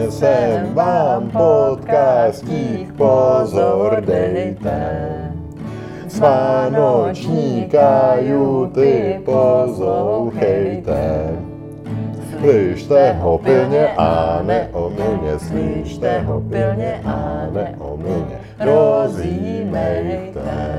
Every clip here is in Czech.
přinesem vám podcastík, pozor dejte. S vánoční kajuty poslouchejte. Slyšte ho pilně a neomylně, slyšte ho pilně a neomylně, rozjímejte.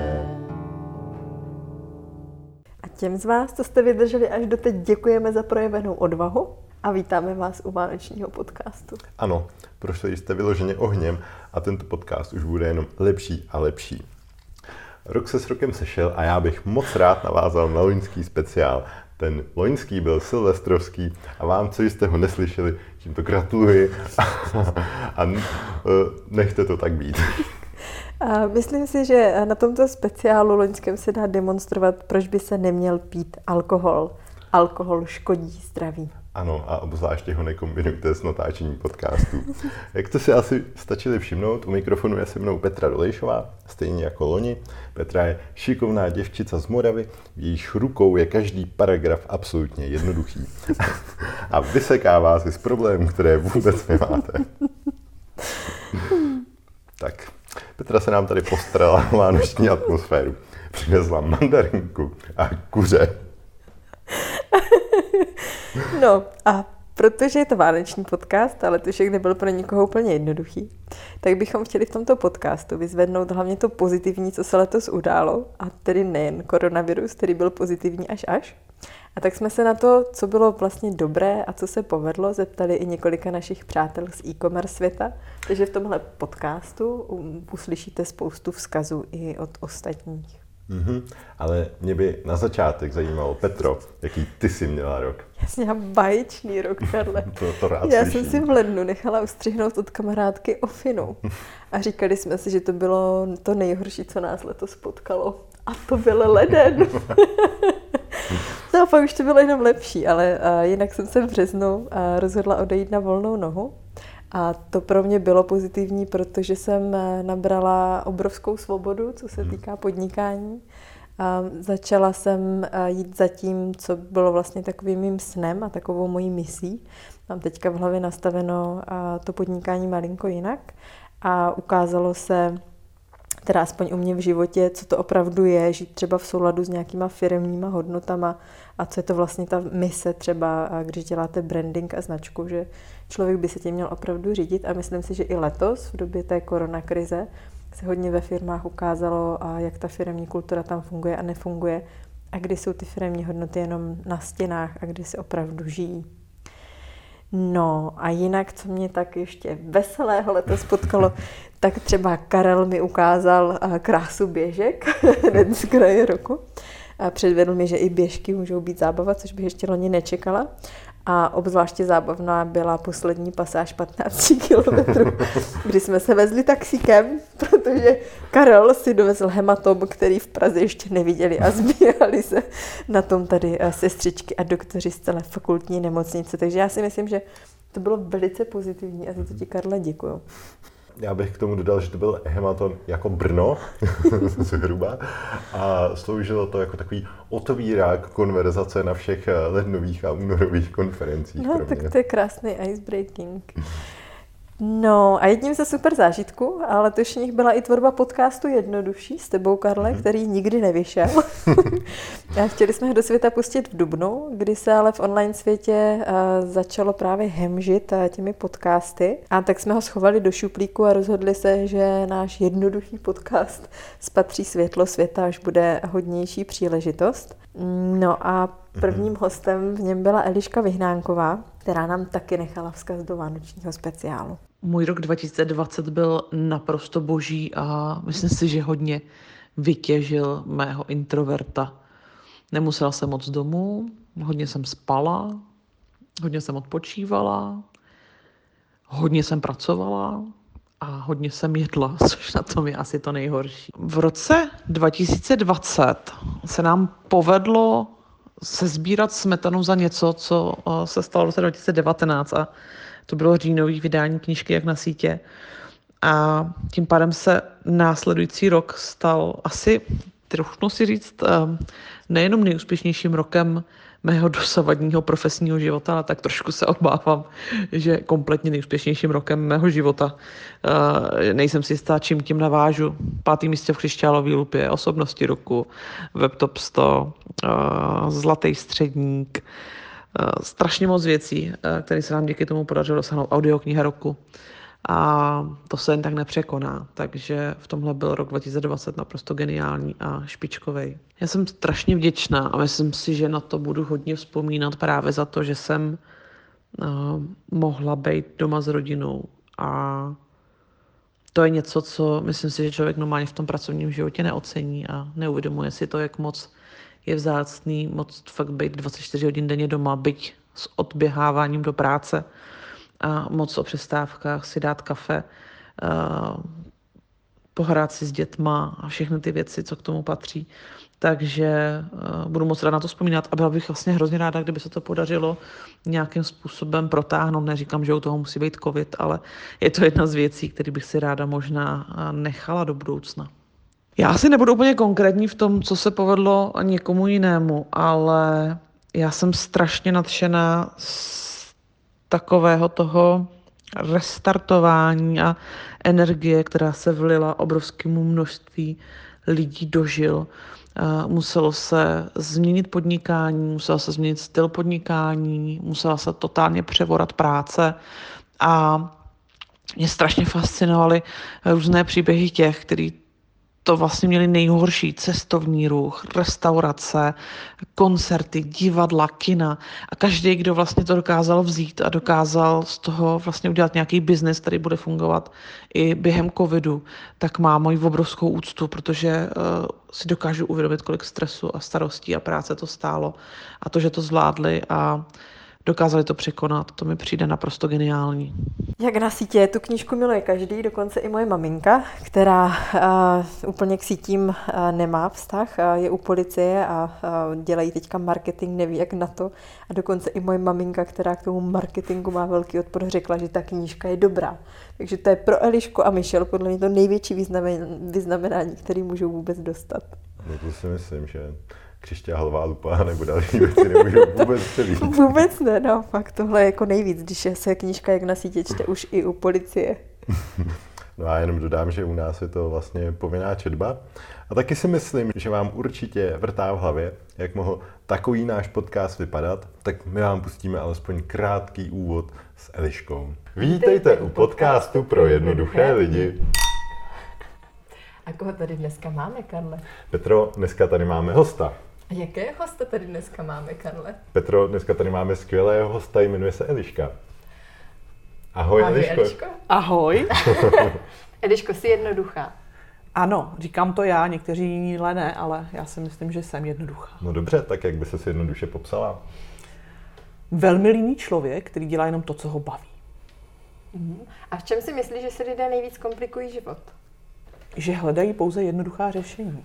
A těm z vás, co jste vydrželi až doteď, děkujeme za projevenou odvahu a vítáme vás u vánočního podcastu. Ano, prošli jste vyloženě ohněm a tento podcast už bude jenom lepší a lepší. Rok se s rokem sešel a já bych moc rád navázal na loňský speciál. Ten loňský byl silvestrovský a vám, co jste ho neslyšeli, tímto gratuluji a nechte to tak být. A myslím si, že na tomto speciálu loňském se dá demonstrovat, proč by se neměl pít alkohol. Alkohol škodí zdraví. Ano, a obzvláště ho nekombinujte s natáčením podcastů. Jak jste si asi stačili všimnout, u mikrofonu je se mnou Petra Dolejšová, stejně jako loni. Petra je šikovná děvčica z Moravy, v jejíž rukou je každý paragraf absolutně jednoduchý. A vysekává si z problémů, které vůbec nemáte. Tak, Petra se nám tady postarala o vánoční atmosféru. Přivezla mandarinku a kuře. No a protože je to vánoční podcast, ale to všechny byl pro někoho úplně jednoduchý, tak bychom chtěli v tomto podcastu vyzvednout hlavně to pozitivní, co se letos událo, a tedy nejen koronavirus, který byl pozitivní až. A tak jsme se na to, co bylo vlastně dobré a co se povedlo, zeptali i několika našich přátel z e-commerce světa. Takže v tomhle podcastu uslyšíte spoustu vzkazů i od ostatních. Ale mě by na začátek zajímalo, Petro, jaký ty jsi měla rok? Já jsem měla báječný rok, Karle. to rád Já slyším. jsem si v lednu nechala ustřihnout od kamarádky ofinu. A říkali jsme si, že to bylo to nejhorší, co nás letos potkalo. A to byl leden. No a pak už to bylo jenom lepší, ale jinak jsem se v březnu rozhodla odejít na volnou nohu. A to pro mě bylo pozitivní, protože jsem nabrala obrovskou svobodu, co se týká podnikání. A začala jsem jít za tím, co bylo vlastně takovým mým snem a takovou mojí misí. Mám teďka v hlavě nastaveno to podnikání malinko jinak a ukázalo se, teda aspoň u mě v životě, co to opravdu je, žít třeba v souladu s nějakýma firemníma hodnotama a co je to vlastně ta mise třeba, když děláte branding a značku, že člověk by se tím měl opravdu řídit a myslím si, že i letos v době té koronakrize se hodně ve firmách ukázalo, jak ta firemní kultura tam funguje a nefunguje a kdy jsou ty firemní hodnoty jenom na stěnách a kdy se opravdu žijí. No a jinak, co mě tak ještě veselého letos potkalo, tak třeba Karel mi ukázal krásu běžek hned z kraje roku. A předvedl mi, že i běžky můžou být zábava, což bych ještě loni nečekala. A obzvláště zábavná byla poslední pasáž 15 kilometrů, kdy jsme se vezli taxíkem, protože Karel si dovezl hematom, který v Praze ještě neviděli a zbírali se na tom tady sestřičky a doktoři z celé fakultní nemocnice. Takže já si myslím, že to bylo velice pozitivní a za to ti, Karle, děkuju. Já bych k tomu dodal, že to byl hematon jako Brno, zhruba, a sloužilo to jako takový otevírák konverzace na všech lednových a únorových konferencích. No, tak to je krásný icebreaking. No a jedním ze super zážitků, ale letošních byla i tvorba podcastu Jednodušší s tebou, Karle, který nikdy nevyšel. A chtěli jsme ho do světa pustit v dubnu, kdy se ale v online světě začalo právě hemžit těmi podcasty. A tak jsme ho schovali do šuplíku a rozhodli se, že náš jednoduchý podcast spatří světlo světa, až bude hodnější příležitost. No a prvním hostem v něm byla Eliška Vyhnánková, která nám taky nechala vzkaz do vánočního speciálu. Můj rok 2020 byl naprosto boží a myslím si, že hodně vytěžil mého introverta. Nemusela jsem moc domů, hodně jsem spala, hodně jsem odpočívala, hodně jsem pracovala a hodně jsem jedla, což na tom je asi to nejhorší. V roce 2020 se nám povedlo sesbírat smetanu za něco, co se stalo v roce 2019 a to bylo říjnový vydání knížky Jak na sítě. A tím pádem se následující rok stal asi, trochu si říct, nejenom nejúspěšnějším rokem mého dosavadního profesního života, ale tak trošku se obávám, že kompletně nejúspěšnějším rokem mého života. Nejsem si jistá, čím tím navážu. 5. místě v Křišťálové lupě, osobnosti roku, WebTop 100, Zlatý středník, strašně moc věcí, které se nám díky tomu podařilo dosáhnout, audiokniha roku. A to se jen tak nepřekoná, takže v tomhle byl rok 2020 naprosto geniální a špičkovej. Já jsem strašně vděčná a myslím si, že na to budu hodně vzpomínat právě za to, že jsem mohla být doma s rodinou a to je něco, co myslím si, že člověk normálně v tom pracovním životě neocení a neuvědomuje si to, jak moc je vzácný moc fakt být 24 hodin denně doma, byť s odběháváním do práce a moc o přestávkách si dát kafe, pohrát si s dětma a všechny ty věci, co k tomu patří. Takže budu moc ráda na to vzpomínat a byla bych vlastně hrozně ráda, kdyby se to podařilo nějakým způsobem protáhnout. Neříkám, že u toho musí být covid, ale je to jedna z věcí, které bych si ráda možná nechala do budoucna. Já asi nebudu úplně konkrétní v tom, co se povedlo někomu jinému, ale já jsem strašně nadšená z takového toho restartování a energie, která se vlila obrovskému množství lidí do žil. Muselo se změnit podnikání, muselo se změnit styl podnikání, musela se totálně převorat práce a mě strašně fascinovaly různé příběhy těch, kteří to vlastně měli nejhorší, cestovní ruch, restaurace, koncerty, divadla, kina a každý, kdo vlastně to dokázal vzít a dokázal z toho vlastně udělat nějaký biznis, který bude fungovat i během covidu, tak má moji obrovskou úctu, protože si dokážu uvědomit, kolik stresu a starostí a práce to stálo a to, že to zvládli a dokázali to překonat, to mi přijde naprosto geniální. Jak na sítě, tu knížku miluje každý, dokonce i moje maminka, která úplně k sítím nemá vztah, je u policie a dělají teďka marketing, neví jak na to. A dokonce i moje maminka, která k tomu marketingu má velký odpor, řekla, že ta knížka je dobrá. Takže to je pro Elišku a Michelle podle mě to největší vyznamenání, který můžou vůbec dostat. No to si myslím, že Křišťálová lupa nebo další věci nemůžou vůbec přelít. Vůbec ne, no, fakt tohle je jako nejvíc, když se knížka jak na sítě čte už i u policie. No a jenom dodám, že u nás je to vlastně povinná četba. A taky si myslím, že vám určitě vrtá v hlavě, jak mohl takový náš podcast vypadat, tak my vám pustíme alespoň krátký úvod s Eliškou. Vítejte u podcastu pro jednoduché lidi. A koho tady dneska máme, Karle? Petro, dneska tady máme hosta. A jakého hosta tady dneska máme, Karle? Petro, dneska tady máme skvělého hosta, jmenuje se Eliška. Ahoj, Eliško. Ahoj. Eliško, jsi jednoduchá. Ano, říkám to já, někteří jiní ne, ale já si myslím, že jsem jednoduchá. No dobře, tak jak by se jednoduše popsala? Velmi líný člověk, který dělá jenom to, co ho baví. A v čem si myslíš, že si lidé nejvíc komplikují život? Že hledají pouze jednoduchá řešení.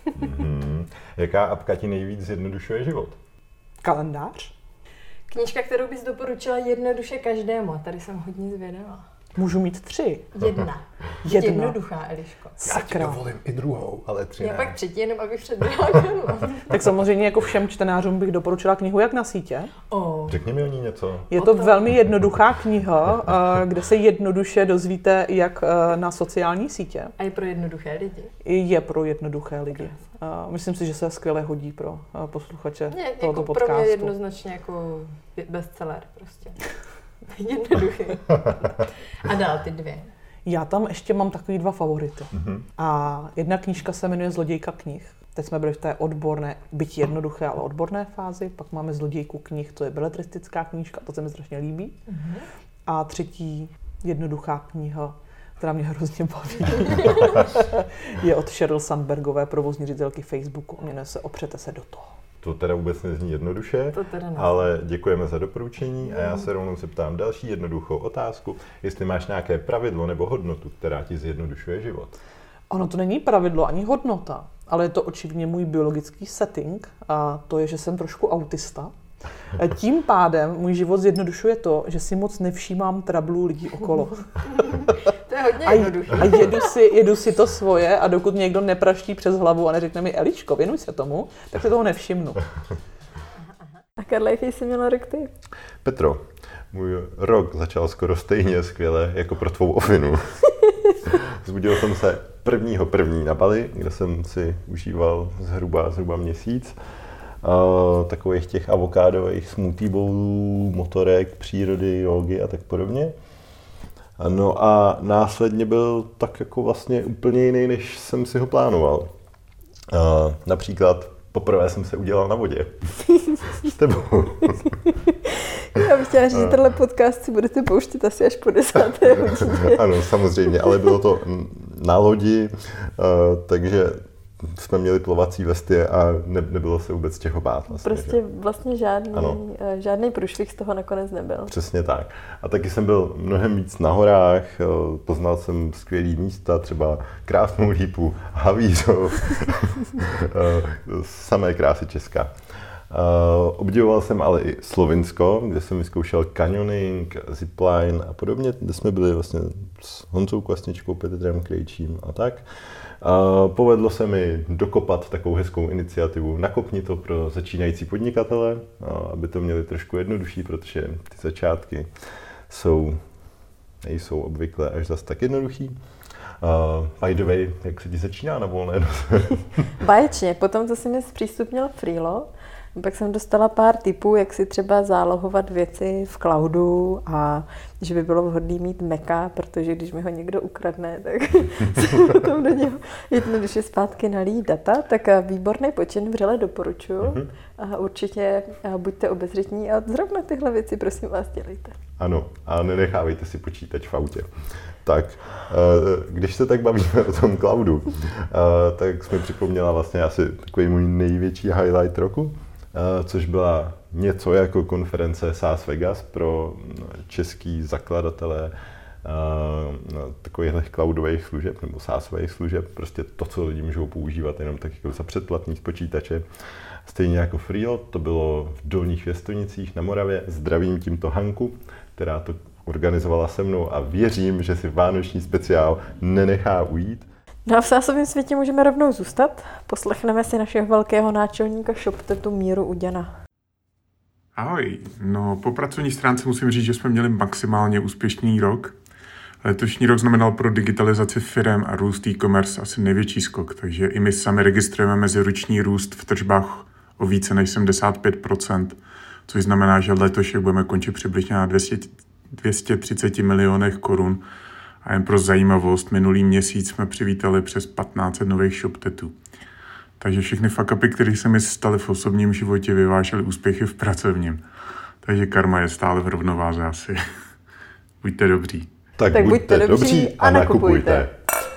Jaká apka ti nejvíc zjednodušuje život? Kalendář? Knížka, kterou bys doporučila jednoduše každému. A tady jsem hodně zvědavá. Můžu mít 3. Jedna. Jednoduchá, Eliško. Sakra. Já ti dovolím i druhou, ale 3 Já ne. pak 3, jenom abych předběhla Karla. Tak samozřejmě jako všem čtenářům bych doporučila knihu Jak na sítě. Řekni mi o ní něco. Je to velmi jednoduchá kniha, kde se jednoduše dozvíte, jak na sociální sítě. A je pro jednoduché lidi. Je pro jednoduché lidi. Myslím si, že se skvěle hodí pro posluchače tohoto jako podcastu. Pro mě jednoznačně jako bestseller prostě. Jednoduchý. A dál ty 2. Já tam ještě mám takový 2 favority. A jedna knížka se jmenuje Zlodějka knih. Teď jsme byli v té odborné, byť jednoduché, ale odborné fázi. Pak máme Zlodějku knih, to je beletristická knížka, to se mi strašně líbí. A 3. jednoduchá kniha, která mě hrozně baví, je od Sheryl Sandbergové, provozní ředitelky Facebooku. Jmenuje se Opřete se do toho. To teda vůbec nezní jednoduše, ale děkujeme za doporučení a já se rovnou se ptám další jednoduchou otázku, jestli máš nějaké pravidlo nebo hodnotu, která ti zjednodušuje život. Ono to není pravidlo ani hodnota, ale je to očividně můj biologický setting a to je, že jsem trošku autista. Tím pádem můj život zjednodušuje to, že si moc nevšímám trablů lidí okolo. To je hodně jednoduché. A jedu si to svoje a dokud někdo nepraští přes hlavu a neřekne mi Eliško, věnuj se tomu, tak si toho nevšimnu. A Karla, jaký jsi měla rok ty? Petro, můj rok začal skoro stejně skvěle jako pro tvou ofinu. Zbudil jsem se 1.1. na Bali, kde jsem si užíval zhruba měsíc. Takových těch avokádových smoothie bowlů, motorek, přírody, jógy a tak podobně. No a následně byl tak jako vlastně úplně jiný, než jsem si ho plánoval. Například poprvé jsem se udělal na vodě. S tebou. Já bych chtěla říct, že tenhle podcast si budete pouštět asi až po 10. hodině. Ano, samozřejmě, ale bylo to na lodi, takže jsme měli plovací vesty a nebylo se vůbec čeho bát. Vlastně žádný průšvih z toho nakonec nebyl. Přesně tak. A taky jsem byl mnohem víc na horách, poznal jsem skvělý místa, třeba krásnou Lípu, Havířov, samé krásy Česka. Obdivoval jsem ale i Slovinsko, kde jsem vyzkoušel canyoning, zipline a podobně, kde jsme byli vlastně s Honzou Kvasničkou, Petrem Krejčím a tak. Povedlo se mi dokopat takovou hezkou iniciativu Nakopni to pro začínající podnikatele, aby to měli trošku jednodušší, protože ty začátky nejsou obvykle až zas tak jednoduchý. By the way, jak se ti začíná na volné noze? Báječně, potom co jsi mi zpřístupnil Freelo, pak jsem dostala pár tipů, jak si třeba zálohovat věci v cloudu a že by bylo vhodné mít Maca, protože když mi ho někdo ukradne, tak se potom do něho jednoduše zpátky nalíjí data. Tak výborný počin, vřele doporučuji. A určitě buďte obezřetní a zrovna tyhle věci prosím vás dělejte. Ano, a nenechávejte si počítač v autě. Tak, když se tak bavíme o tom cloudu, tak jsi mi připomněla vlastně asi takový můj největší highlight roku, což byla něco jako konference SaaS Vegas pro český zakladatele takových cloudových služeb nebo SaaSových služeb, prostě to, co lidi můžou používat jenom tak jako za předplatný z počítače. Stejně jako Freelo, to bylo v Dolních Věstonicích na Moravě. Zdravím tímto Hanku, která to organizovala se mnou a věřím, že si vánoční speciál nenechá ujít. No a v SaaSovém světě můžeme rovnou zůstat. Poslechneme si našeho velkého náčelníka ShopTetu Míru Uděna. Ahoj, no po pracovní stránce musím říct, že jsme měli maximálně úspěšný rok. Letošní rok znamenal pro digitalizaci firem a růst e-commerce asi největší skok, takže i my sami registrujeme meziroční růst v tržbách o více než 75%, což znamená, že letošek budeme končit přibližně na 230 milionech korun. A jen pro zajímavost, minulý měsíc jsme přivítali přes 1500 nových ShopTetů. Takže všechny fuck-upy, které se mi staly v osobním životě, vyvážely úspěchy v pracovním. Takže karma je stále v rovnováze asi. Buďte dobří. Tak buďte dobří a nakupujte.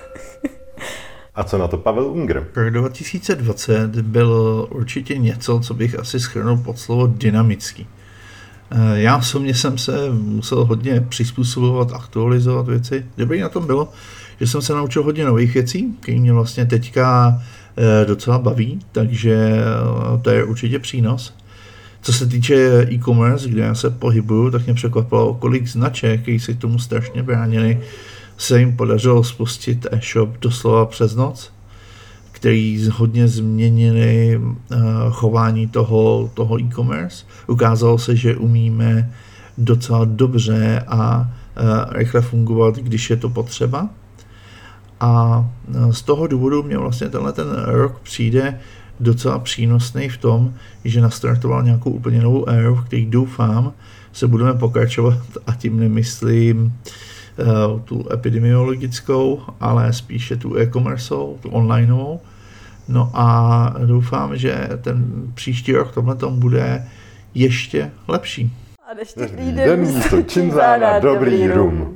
A co na to Pavel Unger? Rok 2020 byl určitě něco, co bych asi shrnul pod slovo dynamický. Já osobně jsem se musel hodně přizpůsobovat, aktualizovat věci. Dobrý na tom bylo, že jsem se naučil hodně nových věcí, které mě vlastně teďka docela baví, takže to je určitě přínos. Co se týče e-commerce, kde já se pohybuju, tak mě překvapilo, kolik značek, který si tomu strašně bránili, se jim podařilo spustit e-shop doslova přes noc, který hodně změnili chování toho e-commerce. Ukázalo se, že umíme docela dobře a rychle fungovat, když je to potřeba. A z toho důvodu mě vlastně tenhle ten rok přijde docela přínosný v tom, že nastartoval nějakou úplně novou éru, v který doufám se budeme pokračovat, a tím nemyslím tu epidemiologickou, ale spíše tu e-commerceovou, tu onlineovou. No a doufám, že ten příští rok tomhletom bude ještě lepší. A dnešní den místo činzána dobrý rum.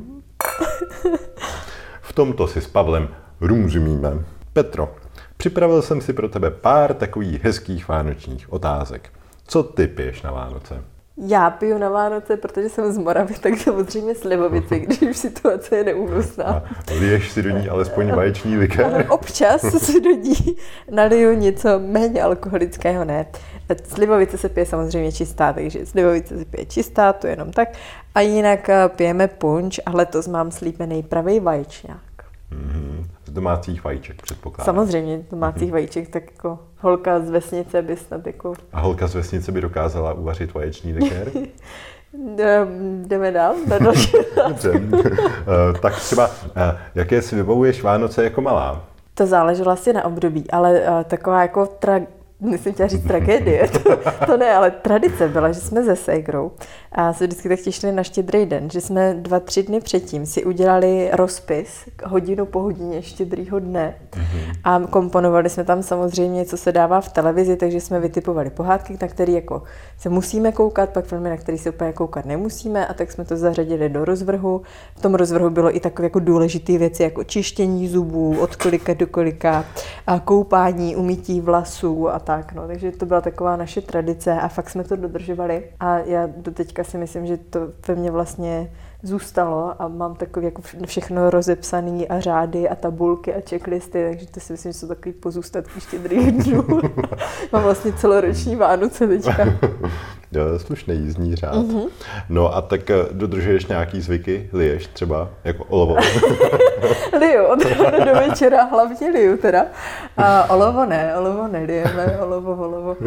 V tomto si s Pavlem rumřumíme. Petro, připravil jsem si pro tebe pár takových hezkých vánočních otázek. Co ty piješ na Vánoce? Já piju na Vánoce, protože jsem z Moravy, tak samozřejmě slivovici, když už situace je neúnosná. A liješ si do ní alespoň vaječný likér? Občas si do ní naliju něco méně alkoholického, ne. Slivovice se pije samozřejmě čistá, takže slivovice se pije čistá, to jenom tak. A jinak pijeme punč a letos mám slíbený pravý vaječňák. Z domácích vajíček předpokládám. Samozřejmě domácích vajíček, tak jako holka z vesnice by snad jako... A holka z vesnice by dokázala uvařit vaječný likér? Jdeme dál? Dobře. Tak třeba, jaké si vybavuješ Vánoce jako malá? To záleželo asi na období, ale taková jako myslím chtěla říct tragédie, to ne, ale tradice byla, že jsme se ségrou a se vždycky tak těšili na Štědrý den, že jsme 2-3 dny předtím si udělali rozpis hodinu po hodině Štědrýho dne a komponovali jsme tam samozřejmě, co se dává v televizi, takže jsme vytipovali pohádky, na které jako se musíme koukat, pak filmy, na které se úplně koukat nemusíme a tak jsme to zařadili do rozvrhu. V tom rozvrhu bylo i takové jako důležité věci, jako čištění zubů, od kolika do kolika, a koupání, umytí vlasů a tak, no. Takže to byla taková naše tradice a fakt jsme to dodržovali a já doteďka si myslím, že to ve mně vlastně zůstalo a mám takový jako všechno rozepsaný a řády a tabulky a checklisty, takže to si myslím, že jsou takový pozůstatky Štědrých dnů. Mám vlastně celoroční Vánoce teďka. Slušný jízdní řád. No a tak dodržuješ nějaký zvyky? Liješ třeba jako olovo? Liju, do večera hlavně liju teda. A olovo nelijeme, olovo.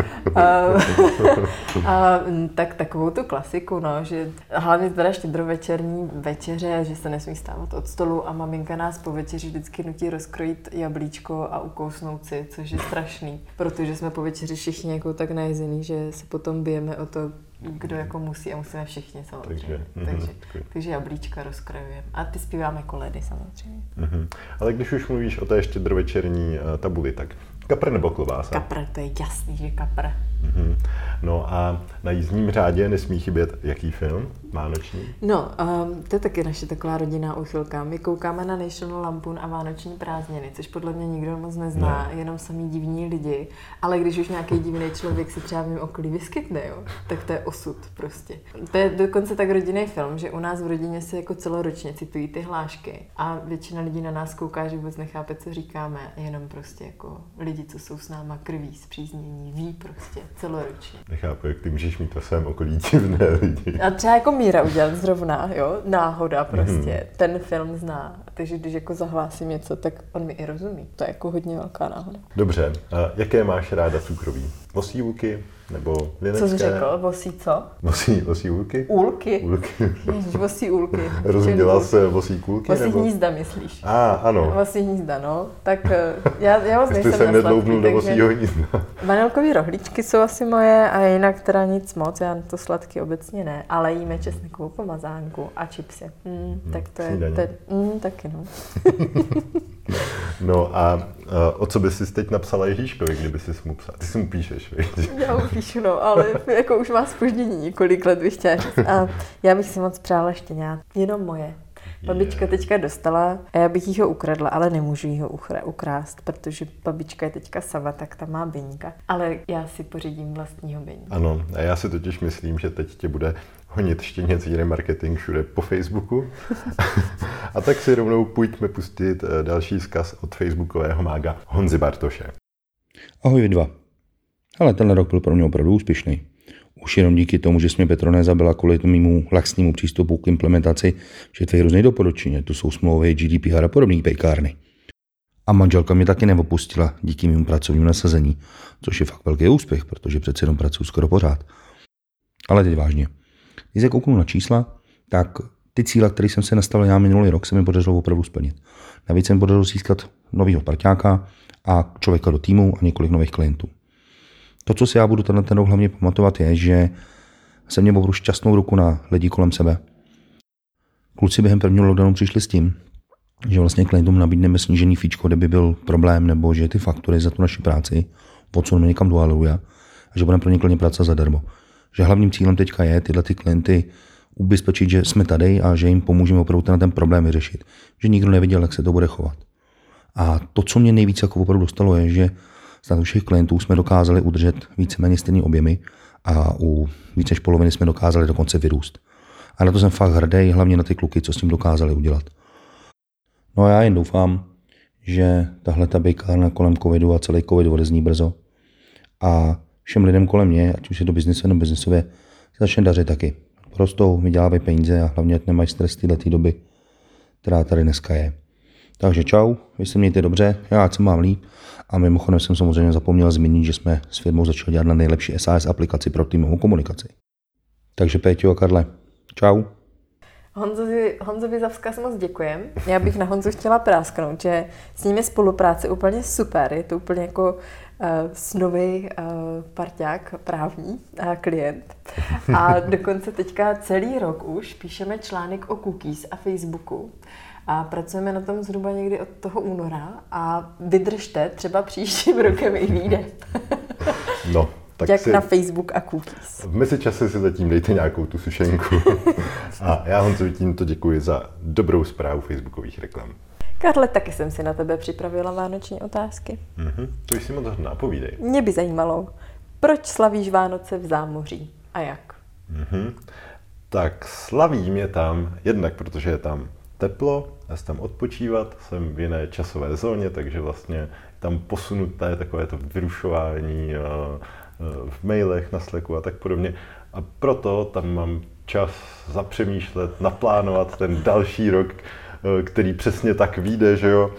A tak takovou tu klasiku, no, že hlavně teda štědrovečerní večeře, že se nesmí stávat od stolu a maminka nás po večeři vždycky nutí rozkrojit jablíčko a ukousnout si, což je strašný, protože jsme po večeři všichni jako tak najezený, že se potom bijeme o to, kdo jako musí a musíme všichni samozřejmě. Takže jablíčka rozkrojujeme. A ty zpíváme koledy samozřejmě. Ale když už mluvíš o té štědrovečerní tabuli, tak kapr nebo klobása? Kapr, to je jasný, že kapr. No a na jízdním řádě nesmí chybět jaký film vánoční? No, to je taky naše taková rodinná úchylka. My koukáme na National Lampoon a Vánoční prázdniny, což podle mě nikdo moc nezná, jenom samý divní lidi. Ale když už nějaký divný člověk se třeba v mém okolí vyskytne, jo, tak to je osud prostě. To je dokonce tak rodinný film, že u nás v rodině se jako celoročně citují ty hlášky a většina lidí na nás kouká, že vůbec nechápe, co říkáme, jenom prostě jako lidi, co jsou s náma krví, spříznění, ví prostě celoročně. Nechápu, jak ty můžeš mít ve svém okolí divné lidi. A třeba jako Míra udělat zrovna, jo, náhoda prostě, ten film zná. Takže když jako zahlásím něco, tak on mi i rozumí. To je jako hodně velká náhoda. Dobře, a jaké máš ráda cukroví? Vosí úlky nebo linecké? Co jsi řekl? Vosí co? Vosí úlky? Úlky? Ježiš, vosí úlky. Rozuměla se vosí kůlky? Vosí hnízda, myslíš? Ano. Vosí hnízda, no. Tak já moc nejsem na sladký, nedloubnul do vosího hnízda. Vanilkový rohlíčky jsou asi moje a jinak teda nic moc, já to sladký obecně ne, ale jíme česnekovou pomazánku a čipsy. Tak to je taky no. No a o co bys si teď napsala Ježíškovi, kdyby si mu psala? Ty si mu píšeš, víš? Já mu píšu, no, ale jako už má zpoždění několik let, bych chtěla říct. A já bych si moc přála štěňát, jenom moje. Babička teďka dostala a já bych jí ho ukradla, ale nemůžu jí ho ukrást, protože babička je teďka sama, tak tam má beňka. Ale já si pořídím vlastního beňka. Ano, a já si totiž myslím, že teď tě bude honit štěněcí remarketing všude po Facebooku. A tak si rovnou pojďme pustit další vzkaz od facebookového mága Honzy Bartoše. Ahoj vy dva. Ale tenhle rok byl pro mě opravdu úspěšný. Už jenom díky tomu, že jsi mě Petroné zabila kvůli mému laxnímu přístupu k implementaci všech různých doporučení. To jsou smlouvy, GDPR a podobné pejkárny. A manželka mě taky neopustila díky mému pracovnímu nasazení, což je fakt velký úspěch, protože přece jenom pracuji skoro pořád. Ale teď vážně. Když se kouknu na čísla, tak ty cíle, které jsem se nastavil já minulý rok, se mi podařilo opravdu splnit. Navíc jsem podařilo získat nového parťáka a člověka do týmu a několik nových klientů. To, co si já budu ten rok hlavně pamatovat, je, že jsem měl opravdu šťastnou ruku na lidi kolem sebe. Kluci během prvního lockdownu přišli s tím, že vlastně klientům nabídneme snížený fíčko, kde by byl problém, nebo že ty faktury za tu naši práci odsuneme někam do Aleluja a že budeme pro ně klidně pracovat zadarmo. Že hlavním cílem teďka je tyhle ty klienty ubezpečit, že jsme tady a že jim pomůžeme opravdu ten problém vyřešit. Že nikdo neviděl, jak se to bude chovat. A to, co mě nejvíc jako opravdu dostalo, je, že z všech klientů jsme dokázali udržet víceméně stejné objemy a u více než poloviny jsme dokázali dokonce vyrůst. A na to jsem fakt hrdý, hlavně na ty kluky, co s tím dokázali udělat. No a já jen doufám, že tahle ta bejkárna kolem covidu a celý covid odezní brzo a všem lidem kolem mě, ať už je to biznis nebo biznisově, se začne dařit taky. Prostou, vydělávají peníze a hlavně nemají stres této doby, která tady dneska je. Takže čau, vy se mějte dobře, já ať se mám líp. A mimochodem jsem samozřejmě zapomněl zmínit, že jsme s firmou začali dělat na nejlepší SAS aplikaci pro týmovou komunikaci. Takže Péťo a Karle, čau. Honzovi za vzkaz moc děkujem. Já bych na Honzu chtěla prásknout, že s ním je spolupráce úplně super. Je to úplně jako snový parťák, právní klient. A dokonce teďka celý rok už píšeme článek o cookies a Facebooku. A pracujeme na tom zhruba někdy od toho února a vydržte, třeba příštím rokem i vyjde. No, tak jak na Facebook a cookies. V mezičase si zatím dejte nějakou tu sušenku. A já Honzovi tímto děkuji za dobrou zprávu facebookových reklam. Karle, taky jsem si na tebe připravila vánoční otázky. To jsi moc hodná, povídej. Mě by zajímalo, proč slavíš Vánoce v zámoří a jak? Tak slavím je tam jednak, protože je tam teplo, já si tam odpočívat, jsem v jiné časové zóně, takže vlastně tam posunuté takové to vyrušování v mailech, na Slacku a tak podobně. A proto tam mám čas zapřemýšlet, naplánovat ten další rok, který přesně tak vyjde, že jo.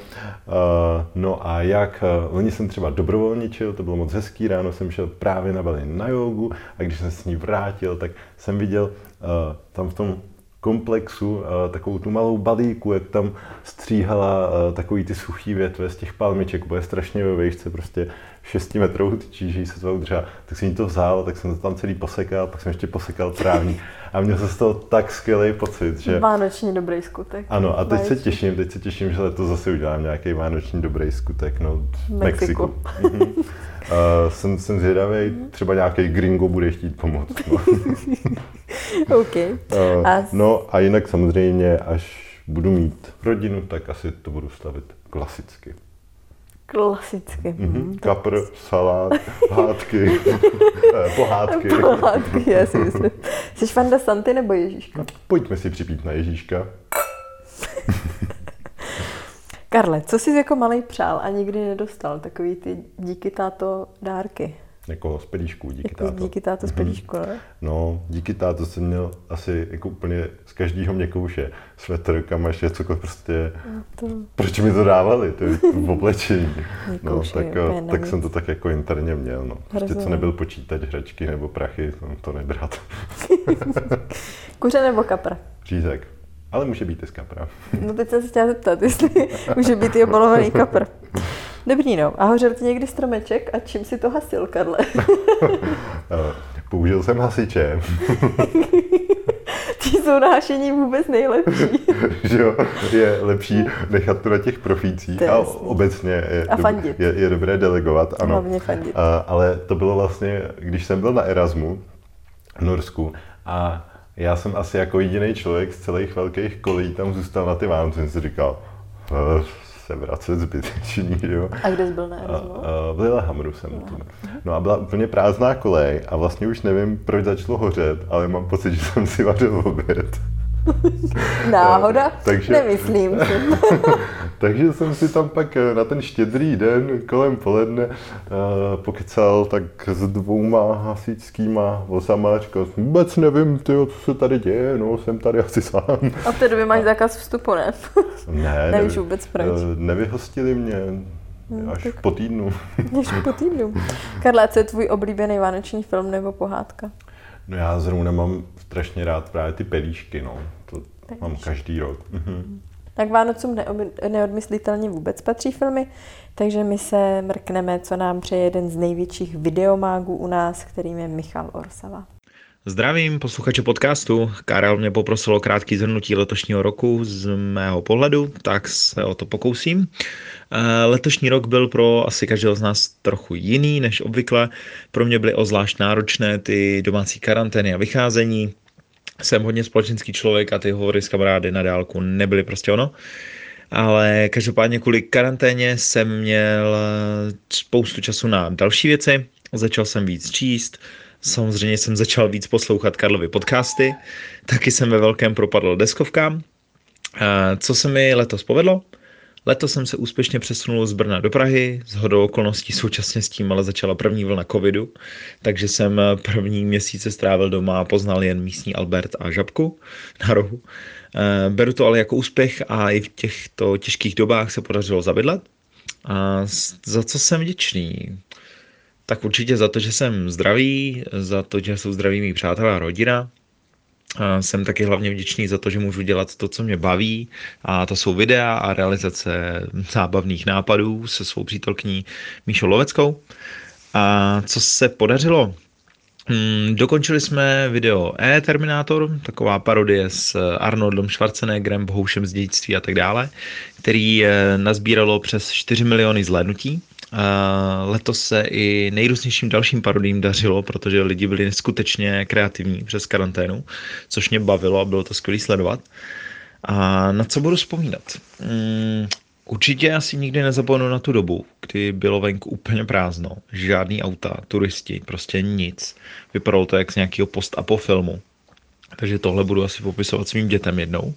No a jak, loni jsem třeba dobrovolničil, to bylo moc hezký, ráno jsem šel právě na Bali na jógu a když jsem se s ní vrátil, tak jsem viděl tam v tom komplexu takovou tu malou balíku, jak tam stříhala takový ty suchý větve z těch palmiček, bude strašně ve výšce, prostě 6 metrů číží se to udržá. Tak jsem jí to vzal, tak jsem to tam celý posekal, pak jsem ještě posekal trávník a měl jsem z toho tak skvělý pocit, že... Vánoční dobrý skutek. Ano, a teď se těším, že letos zase udělám nějaký vánoční dobrý skutek, no v Mexiku. Jsem zvědavý, třeba nějaký gringo bude chtít pomoct. No. OK. No a jinak samozřejmě, až budu mít rodinu, tak asi to budu slavit klasicky. Klasicky. Kapr, salát, pohádky. Pohádky, já si myslím. Jsi fanda Santy nebo Ježíška? Pojďme si připít na Ježíška. Karle, co jsi jako malej přál a nikdy nedostal? Takový ty díky táto dárky. Jako z pelíšku, díky jako táto. Díky táto z pelíšku, ne? No, díky táto jsem měl asi jako úplně z každého měkouše. Svetr, kamaše, cokoliv prostě. Proč mi to dávali, to je v oblečení. No, tak jsem to tak jako interně měl, no. Prostě co nebyl počítač, hračky nebo prachy, to nebrat. Kuře nebo kapra? Řízek. Ale může být i z kapra. No teď jsem se chtěla zeptat, jestli může být i obalovaný kapr. Dobrý, no. A hořel ti někdy stromeček a čím si to hasil, Karle? Použil jsem hasiče. Ti jsou na hašení vůbec nejlepší. Že jo, je lepší nechat to na těch profících a obecně je dobré delegovat. Ano. Hlavně fandit. Ale to bylo vlastně, když jsem byl na Erasmu v Norsku a já jsem asi jako jediný člověk z celých velkých kolejí tam zůstal na ty Vánoce, jsem si říkal, se vracet zbytečný, jo. A kde jsi byl na Erasmu? V Lillehammeru jsem tu. No a byla úplně prázdná kolej a vlastně už nevím, proč začalo hořet, ale mám pocit, že jsem si vařil oběd. Náhoda? Nemyslím si. Takže jsem si tam pak na ten štědrý den kolem poledne pokecal tak s 2 hasičskýma vozama, říkal, vůbec nevím, tyjo, co se tady děje, no jsem tady asi sám. A v té době máš zákaz vstupu, ne? Ne, nevíš vůbec proč. Nevyhostili mě až po týdnu. Až po týdnu. Karla, co je tvůj oblíbený vánoční film nebo pohádka? No já zrovna mám strašně rád právě ty pelíšky, no. To mám každý rok. Tak Vánocům neodmyslitelně vůbec patří filmy, takže my se mrkneme, co nám přeje jeden z největších videomágů u nás, kterým je Michal Orsava. Zdravím posluchače podcastu. Karel mě poprosil o krátký shrnutí letošního roku z mého pohledu, tak se o to pokusím. Letošní rok byl pro asi každého z nás trochu jiný než obvykle. Pro mě byly zvlášť náročné ty domácí karantény a vycházení. Jsem hodně společenský člověk a ty hovory s kamarády na dálku nebyly prostě ono. Ale každopádně kvůli karanténě jsem měl spoustu času na další věci. Začal jsem víc číst. Samozřejmě jsem začal víc poslouchat Karlovy podcasty, taky jsem ve velkém propadl deskovkám. Co se mi letos povedlo? Letos jsem se úspěšně přesunul z Brna do Prahy, shodou okolností současně s tím ale začala první vlna covidu, takže jsem první měsíce strávil doma a poznal jen místní Albert a Žabku na rohu. Beru to ale jako úspěch a i v těchto těžkých dobách se podařilo zabydlet. A za co jsem vděčný? Tak určitě za to, že jsem zdravý, za to, že jsou zdraví mý přátelé a rodina. A jsem taky hlavně vděčný za to, že můžu dělat to, co mě baví, a to jsou videa a realizace zábavných nápadů se svou přítelkyní Míšou Loveckou. A co se podařilo? Dokončili jsme video E-Terminátor, taková parodie s Arnoldem Schwarzeneggerem, Bohoušem z dědictví a tak dále, který nazbíralo přes 4 miliony zhlédnutí. Letos se i nejrůznějším dalším parodím dařilo, protože lidi byli neskutečně kreativní přes karanténu, což mě bavilo a bylo to skvělý sledovat. A na co budu vzpomínat? Určitě asi nikdy nezapomenu na tu dobu, kdy bylo venku úplně prázdno, žádný auta, turisti, prostě nic. Vypadalo to jak z nějakého post-apo filmu. Takže tohle budu asi popisovat svým dětem jednou.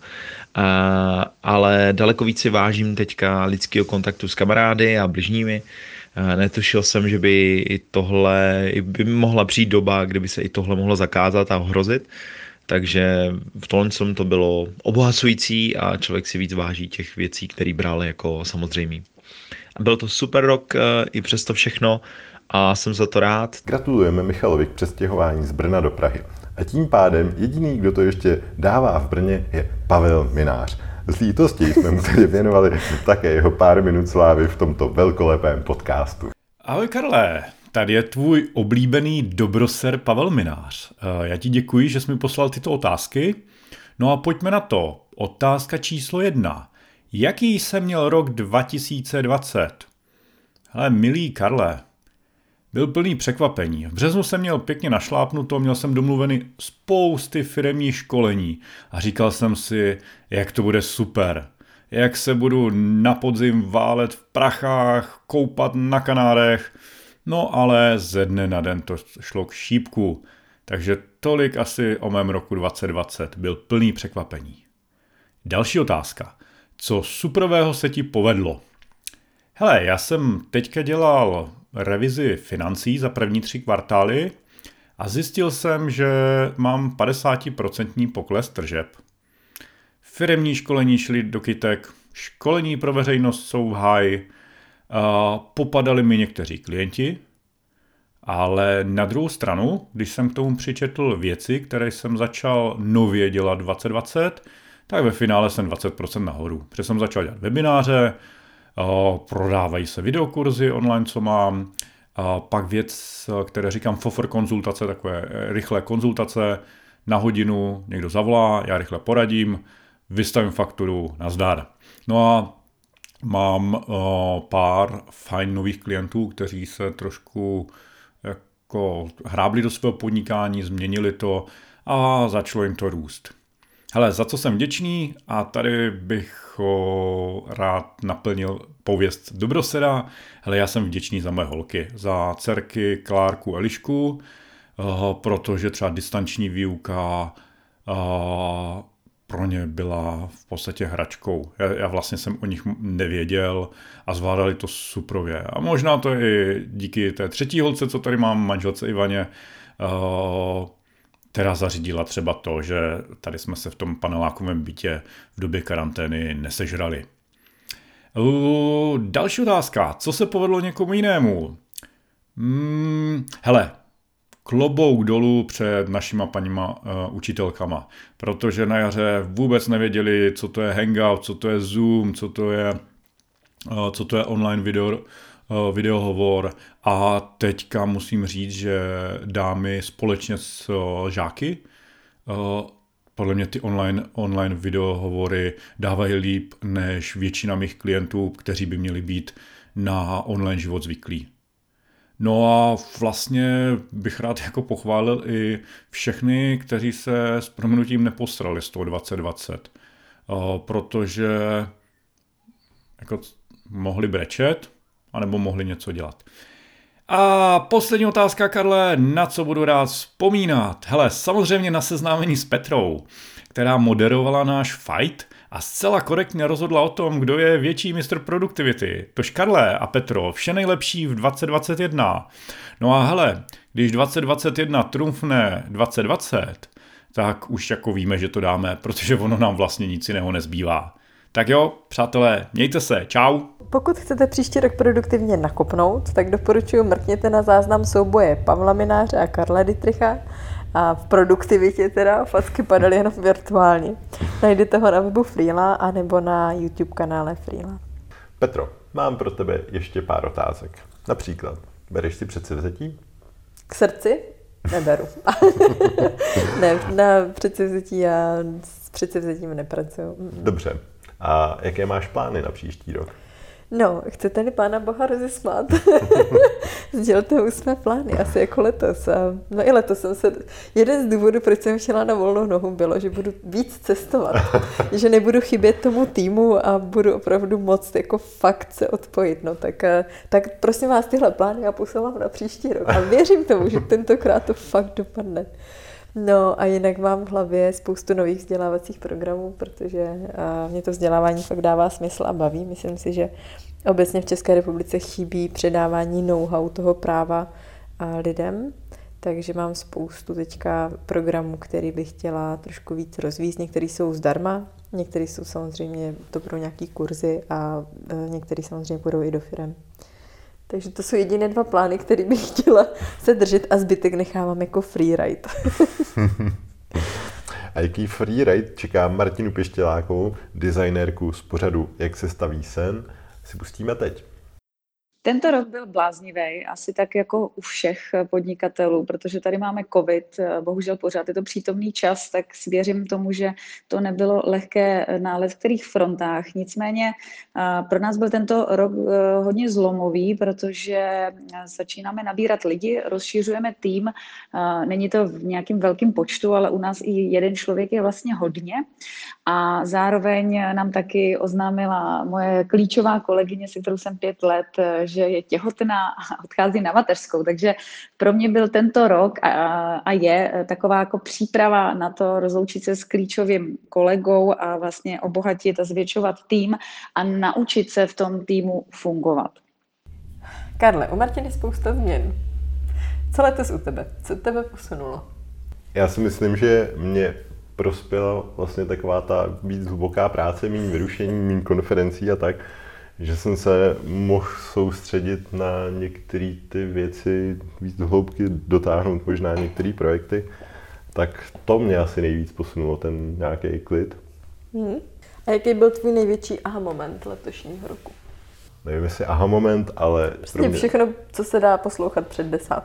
Ale daleko víc si vážím teďka lidského kontaktu s kamarády a bližními. Netušil jsem, že by i tohle, by mohla přijít doba, kdyby se i tohle mohlo zakázat a ohrozit. Takže v tomhle to bylo obohacující a člověk si víc váží těch věcí, které bral jako samozřejmý. Byl to super rok i přesto všechno a jsem za to rád. Gratulujeme Michalovi k přestěhování z Brna do Prahy. A tím pádem jediný, kdo to ještě dává v Brně, je Pavel Minář. Z lítosti jsme mu tedy věnovali také jeho pár minut slávy v tomto velkolepém podcastu. Ahoj Karle, tady je tvůj oblíbený dobroser Pavel Minář. Já ti děkuji, že jsi mi poslal tyto otázky. No a pojďme na to. Otázka číslo 1. Jaký jsem měl rok 2020? Hele, milý Karle, byl plný překvapení. V březnu jsem měl pěkně našlápnuto, měl jsem domluvený spousty firemních školení a říkal jsem si, jak to bude super. Jak se budu na podzim válet v prachách, koupat na Kanárech. No ale ze dne na den to šlo k šípku. Takže tolik asi o mém roku 2020. Byl plný překvapení. Další otázka. Co superového se ti povedlo? Hele, já jsem teďka dělal revizi financí za první 3 kvartály a zjistil jsem, že mám 50% pokles tržeb. Firemní školení šly do kytek, školení pro veřejnost jsou v háji, popadali mi někteří klienti, ale na druhou stranu, když jsem k tomu přičetl věci, které jsem začal nově dělat 2020, tak ve finále jsem 20% nahoru. Protože jsem začal dělat webináře, prodávají se videokurzy online, co mám, pak věc, které říkám FOFR konzultace, takové rychlé konzultace na hodinu, někdo zavolá, já rychle poradím, vystavím fakturu, nazdar. No a mám pár fajn nových klientů, kteří se trošku jako hrábli do svého podnikání, změnili to a začalo jim to růst. Hele, za co jsem vděčný a tady bych rád naplnil pověst dobroseda. Hele, já jsem vděčný za mé holky, za dcerky Klárku a Elišku, protože třeba distanční výuka pro ně byla v podstatě hračkou. Já vlastně jsem o nich nevěděl a zvládali to suprově. A možná to je i díky té třetí holce, co tady mám, manželce Ivaně, která zařídila třeba to, že tady jsme se v tom panelákovém bytě v době karantény nesežrali. Další otázka. Co se povedlo někomu jinému? Hele, klobouk dolů před našima paníma učitelkama, protože na jaře vůbec nevěděli, co to je Hangout, co to je Zoom, co to je online videohovor a teďka musím říct, že dámy společně s žáky podle mě ty online videohovory dávají líp než většina mých klientů, kteří by měli být na online život zvyklí. No a vlastně bych rád jako pochválil i všechny, kteří se s prominutím neposrali z toho 2020, protože jako mohli brečet, anebo mohli něco dělat. A poslední otázka, Karle, na co budu rád vzpomínat? Hele, samozřejmě na seznámení s Petrou, která moderovala náš fight a zcela korektně rozhodla o tom, kdo je větší mistr produktivity. Tož Karle a Petro, vše nejlepší v 2021. No a hele, když 2021 trumfne 2020, tak už jako víme, že to dáme, protože ono nám vlastně nic jiného nezbývá. Tak jo, přátelé, mějte se, čau. Pokud chcete příští rok produktivně nakopnout, tak doporučuji mrkněte na záznam souboje Pavla Mináře a Karla Dittricha. A v produktivitě teda facky padaly jenom virtuálně. Najdete ho na webu Freela a nebo na YouTube kanále Freela. Petro, mám pro tebe ještě pár otázek. Například, bereš si předsevzetí? K srdci? Neberu. Ne, na předsevzetí já s předsevzetím nepracuju. Dobře. A jaké máš plány na příští rok? No, chcete-li Pána Boha rozesmát? Sdělte už své plány, asi jako letos. No i letos jsem se... Jeden z důvodů, proč jsem šla na volnou nohu, bylo, že budu víc cestovat. Že nebudu chybět tomu týmu a budu opravdu moc jako fakt se odpojit. No tak prosím vás, tyhle plány já posouvám na příští rok. A věřím tomu, že tentokrát to fakt dopadne. No a jinak mám v hlavě spoustu nových vzdělávacích programů, protože mě to vzdělávání fakt dává smysl a baví. Myslím si, že obecně v České republice chybí předávání know-how toho práva lidem, takže mám spoustu teďka programů, který bych chtěla trošku víc rozvíjet. Některý jsou zdarma, některý jsou samozřejmě, to budou nějaký kurzy a některý samozřejmě půjdou i do firem. Takže to jsou jediné 2 plány, které bych chtěla se držet a zbytek nechávám jako freeride. A jaký freeride čeká Martinu Pěštělákovou, designérku z pořadu Jak se staví sen, si pustíme teď. Tento rok byl bláznivý, asi tak jako u všech podnikatelů, protože tady máme covid, bohužel pořád je to přítomný čas, tak věřím tomu, že to nebylo lehké na leckterých frontách. Nicméně pro nás byl tento rok hodně zlomový, protože začínáme nabírat lidi, rozšiřujeme tým, není to v nějakým velkým počtu, ale u nás i jeden člověk je vlastně hodně. A zároveň nám taky oznámila moje klíčová kolegyně, se kterou jsem 5 let, že je těhotná a odchází na mateřskou. Takže pro mě byl tento rok a je taková jako příprava na to rozloučit se s klíčovým kolegou a vlastně obohatit a zvětšovat tým a naučit se v tom týmu fungovat. Karle, u Martiny spousta změn. Co letos u tebe? Co tebe posunulo? Já si myslím, že mě prospěla vlastně taková ta víc hluboká práce, méně vyrušení, méně konferencí a tak, že jsem se mohl soustředit na některé ty věci, víc do hloubky dotáhnout možná některé projekty, tak to mě asi nejvíc posunulo, ten nějaký klid. A jaký byl tvůj největší aha moment letošního roku? Nevím, jestli aha moment, ale... Prostě všechno, co se dá poslouchat před 10.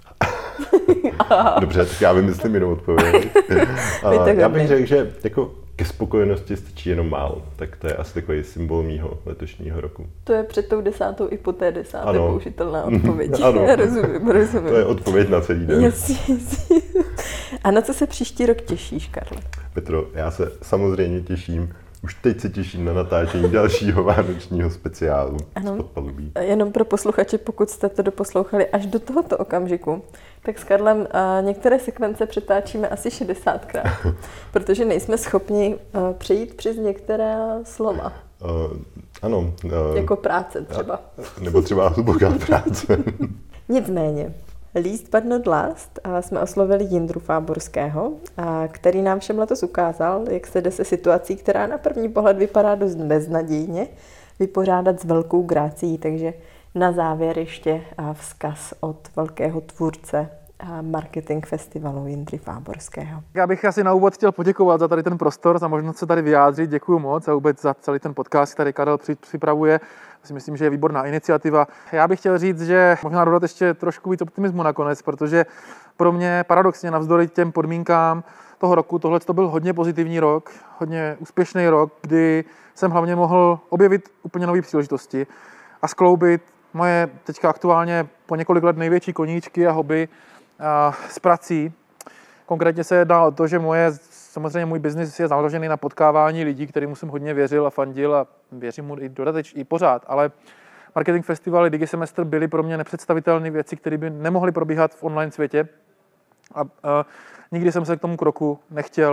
Dobře, tak já vymyslím jinou odpověď. Já bych řekl, že jako ke spokojenosti stačí jenom málo. Tak to je asi takový symbol mýho letošního roku. To je před tou 10. i po té 10. použitelná odpověď. Ano. Rozumím. To je odpověď na celý den. Jasně. A na co se příští rok těšíš, Karle? Petro, já se samozřejmě těším. Už teď se těším na natáčení dalšího vánočního speciálu z Podpalubí. Jenom pro posluchače, pokud jste to doposlouchali až do tohoto okamžiku, tak s Karlem některé sekvence přetáčíme asi 60krát, protože nejsme schopni přejít přes některé slova. Ano. Jako práce třeba. Nebo třeba hluboká práce. Nicméně, Least but not last jsme oslovili Jindru Fáborského, který nám všem letos ukázal, jak se jde se situací, která na první pohled vypadá dost beznadějně, vypořádat s velkou grácií. Takže na závěr ještě vzkaz od velkého tvůrce marketing festivalu Jindry Fáborského. Já bych asi na úvod chtěl poděkovat za tady ten prostor, za možnost se tady vyjádřit. Děkuju moc a vůbec za celý ten podcast, který Karel připravuje. Si myslím, že je výborná iniciativa. Já bych chtěl říct, že možná dodat ještě trošku víc optimismu nakonec, protože pro mě paradoxně navzdory těm podmínkám toho roku, tohle to byl hodně pozitivní rok, hodně úspěšný rok, kdy jsem hlavně mohl objevit úplně nové příležitosti a skloubit moje teďka aktuálně po několik let největší koníčky a hobby s prací. Konkrétně se jedná o to, že samozřejmě můj biznis je založený na potkávání lidí, kterým jsem hodně věřil a fandil a věřím mu i pořád, ale marketing festivaly Digisemestr byly pro mě nepředstavitelné věci, které by nemohly probíhat v online světě a nikdy jsem se k tomu kroku nechtěl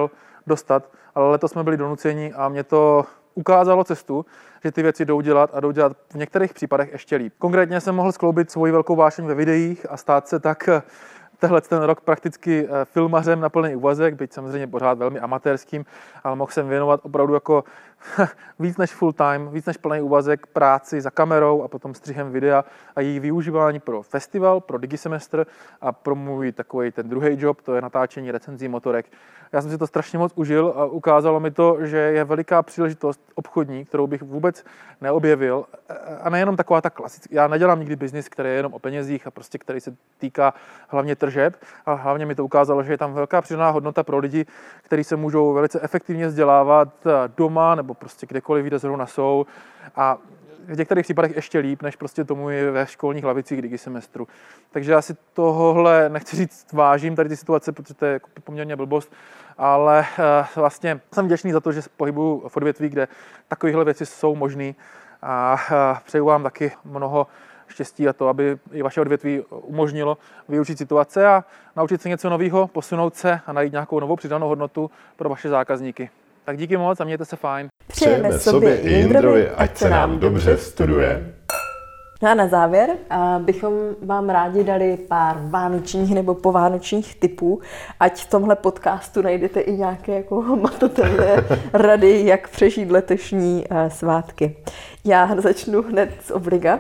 dostat, ale letos jsme byli donuceni a mě to ukázalo cestu, že ty věci jdou dělat a jdou dělat v některých případech ještě líp. Konkrétně jsem mohl skloubit svoji velkou vášeň ve videích a stát se tak ten rok prakticky filmařem na plný úvazek, byť samozřejmě pořád velmi amatérským, ale mohl jsem věnovat opravdu jako víc než full time, víc než plný úvazek práci za kamerou a potom střihem videa a její využívání pro festival, pro Digisemestr a pro můj takový ten druhý job, to je natáčení recenzí motorek. Já jsem si to strašně moc užil a ukázalo mi to, že je veliká příležitost obchodní, kterou bych vůbec neobjevil. A nejenom taková ta klasická. Já nedělám nikdy biznis, který je jenom o penězích a prostě který se týká hlavně tržeb, ale hlavně mi to ukázalo, že je tam velká přidaná hodnota pro lidi, kteří se můžou velice efektivně vzdělávat doma nebo prostě kdekoliv, kde zrovna jsou. A v některých případech ještě líp, než prostě tomu je ve školních lavicích Digisemestru. Takže já si tohle nechci říct vážím tady ty situace, protože to je jako poměrně blbost, ale vlastně jsem vděčný za to, že pohybuju v odvětví, kde takovéhle věci jsou možné a přeju vám taky mnoho štěstí a to, aby i vaše odvětví umožnilo využít situace a naučit se něco nového, posunout se a najít nějakou novou přidanou hodnotu pro vaše zákazníky. Tak díky moc a mějte se fajn. Přejeme sobě i Jindrovi, ať se nám dobře studuje. No a na závěr bychom vám rádi dali pár vánočních nebo povánočních tipů, ať v tomhle podcastu najdete i nějaké jako hmatatelné rady, jak přežít letošní svátky. Já začnu hned z obliga.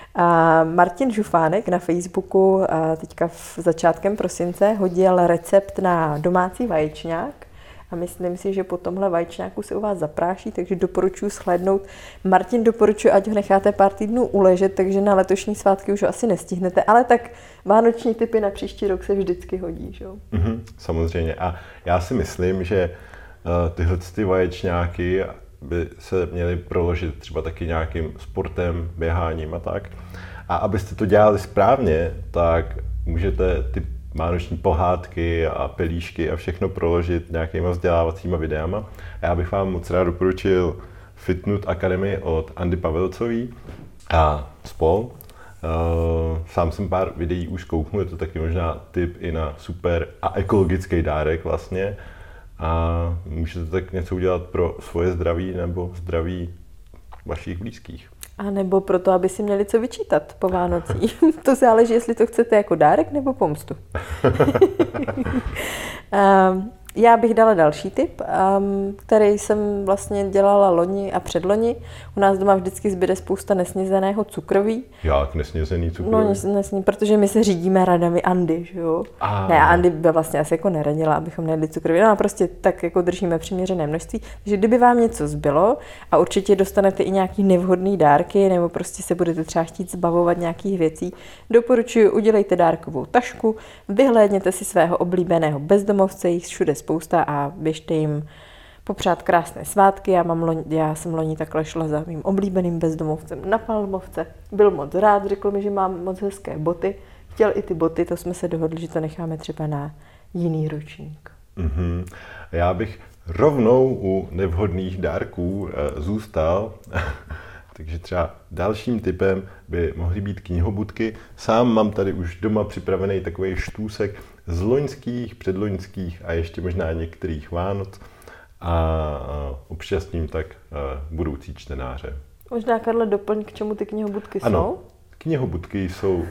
Martin Žufánek na Facebooku teďka v začátkem prosince hodil recept na domácí vaječňák. A myslím si, že po tomhle vaječňáku se u vás zapráší, takže doporučuji shlédnout. Martin doporučuje, ať ho necháte pár týdnů uležet, takže na letošní svátky už ho asi nestihnete, ale tak vánoční tipy na příští rok se vždycky hodí, že jo? Samozřejmě. A já si myslím, že tyhle ty vaječňáky by se měly proložit třeba taky nějakým sportem, běháním a tak. A abyste to dělali správně, tak můžete ty vánoční pohádky a pelíšky a všechno proložit nějakýma vzdělávacíma videama. Já bych vám moc rád doporučil Fitnut Academy od Andy Pavelcový a spol. Sám jsem pár videí už kouknul, je to taky možná tip i na super a ekologický dárek vlastně. A můžete tak něco udělat pro svoje zdraví nebo zdraví vašich blízkých. A nebo proto, aby si měli co vyčítat po Vánocích. To záleží, jestli to chcete jako dárek nebo pomstu. Já bych dala další tip, který jsem vlastně dělala loni a předloni. U nás doma vždycky zbyde spousta nesnězeného cukroví. Jak nesnězený cukroví? No, protože my se řídíme radami Andy, že jo? Ne, Andy by vlastně asi jako neradila, abychom nejedli cukroví. No a prostě tak jako držíme přiměřené množství. Takže kdyby vám něco zbylo a určitě dostanete i nějaký nevhodný dárky, nebo prostě se budete třeba chtít zbavovat nějakých věcí, doporučuji, udělejte dárkovou tašku, vyhlédněte si svého oblíbeného bezdomovce, jich všude spousta a běžte jim popřát krásné svátky. Já jsem loni takhle šla za mým oblíbeným bezdomovcem na Palmovce. Byl moc rád, řekl mi, že mám moc hezké boty. Chtěl i ty boty, to jsme se dohodli, že to necháme třeba na jiný ročník. Já bych rovnou u nevhodných dárků zůstal. Takže třeba dalším tipem by mohly být knihobudky. Sám mám tady už doma připravený takový štůsek z loňských, předloňských a ještě možná některých Vánoc a obšťastním tak budoucí čtenáře. Možná, Karle, doplň, k čemu ty knihobudky jsou? Ano, knihobudky jsou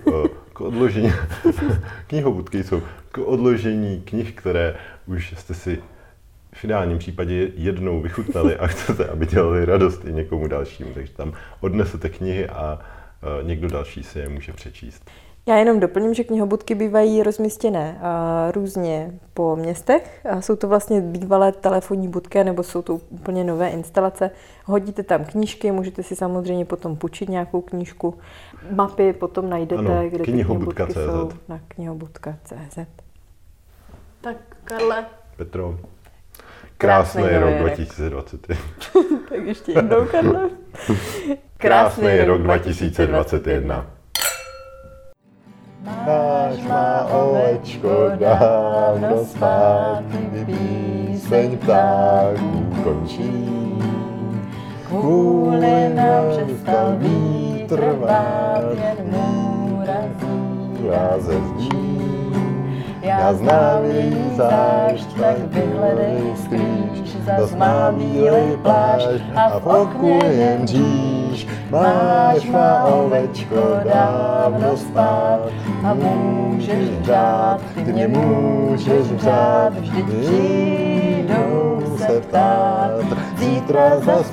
k odložení knih, které už jste si v ideálním případě jednou vychutnali a chcete, aby dělali radost i někomu dalšímu. Takže tam odnesete knihy a někdo další si je může přečíst. Já jenom doplním, že knihobudky bývají rozmístěné různě po městech. Jsou to vlastně bývalé telefonní budky, nebo jsou to úplně nové instalace. Hodíte tam knížky, můžete si samozřejmě potom půjčit nějakou knížku. Mapy potom najdete, kde ty knihobudky jsou na knihobudka.cz. Tak, Karle. Petro. Krásný rok 2023. Tak ještě jednou, Karle. Krásný rok 2021. Máš má ovečko dávno zpátky, píseň ptáků končí. Kvůli nám přestal vítr vát, jen můrazí a zezdí. já znám její zášť, tak vyhledej skrýš, zas má bílej plášť a v okně je mříž. Máš má ovečko dávno spát a můžeš hřát, ty mě můžeš hřát, vždyť přijdou se ptát, zítra zas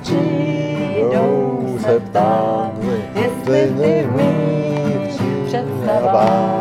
přijdou se ptát, jestli ty mít představách.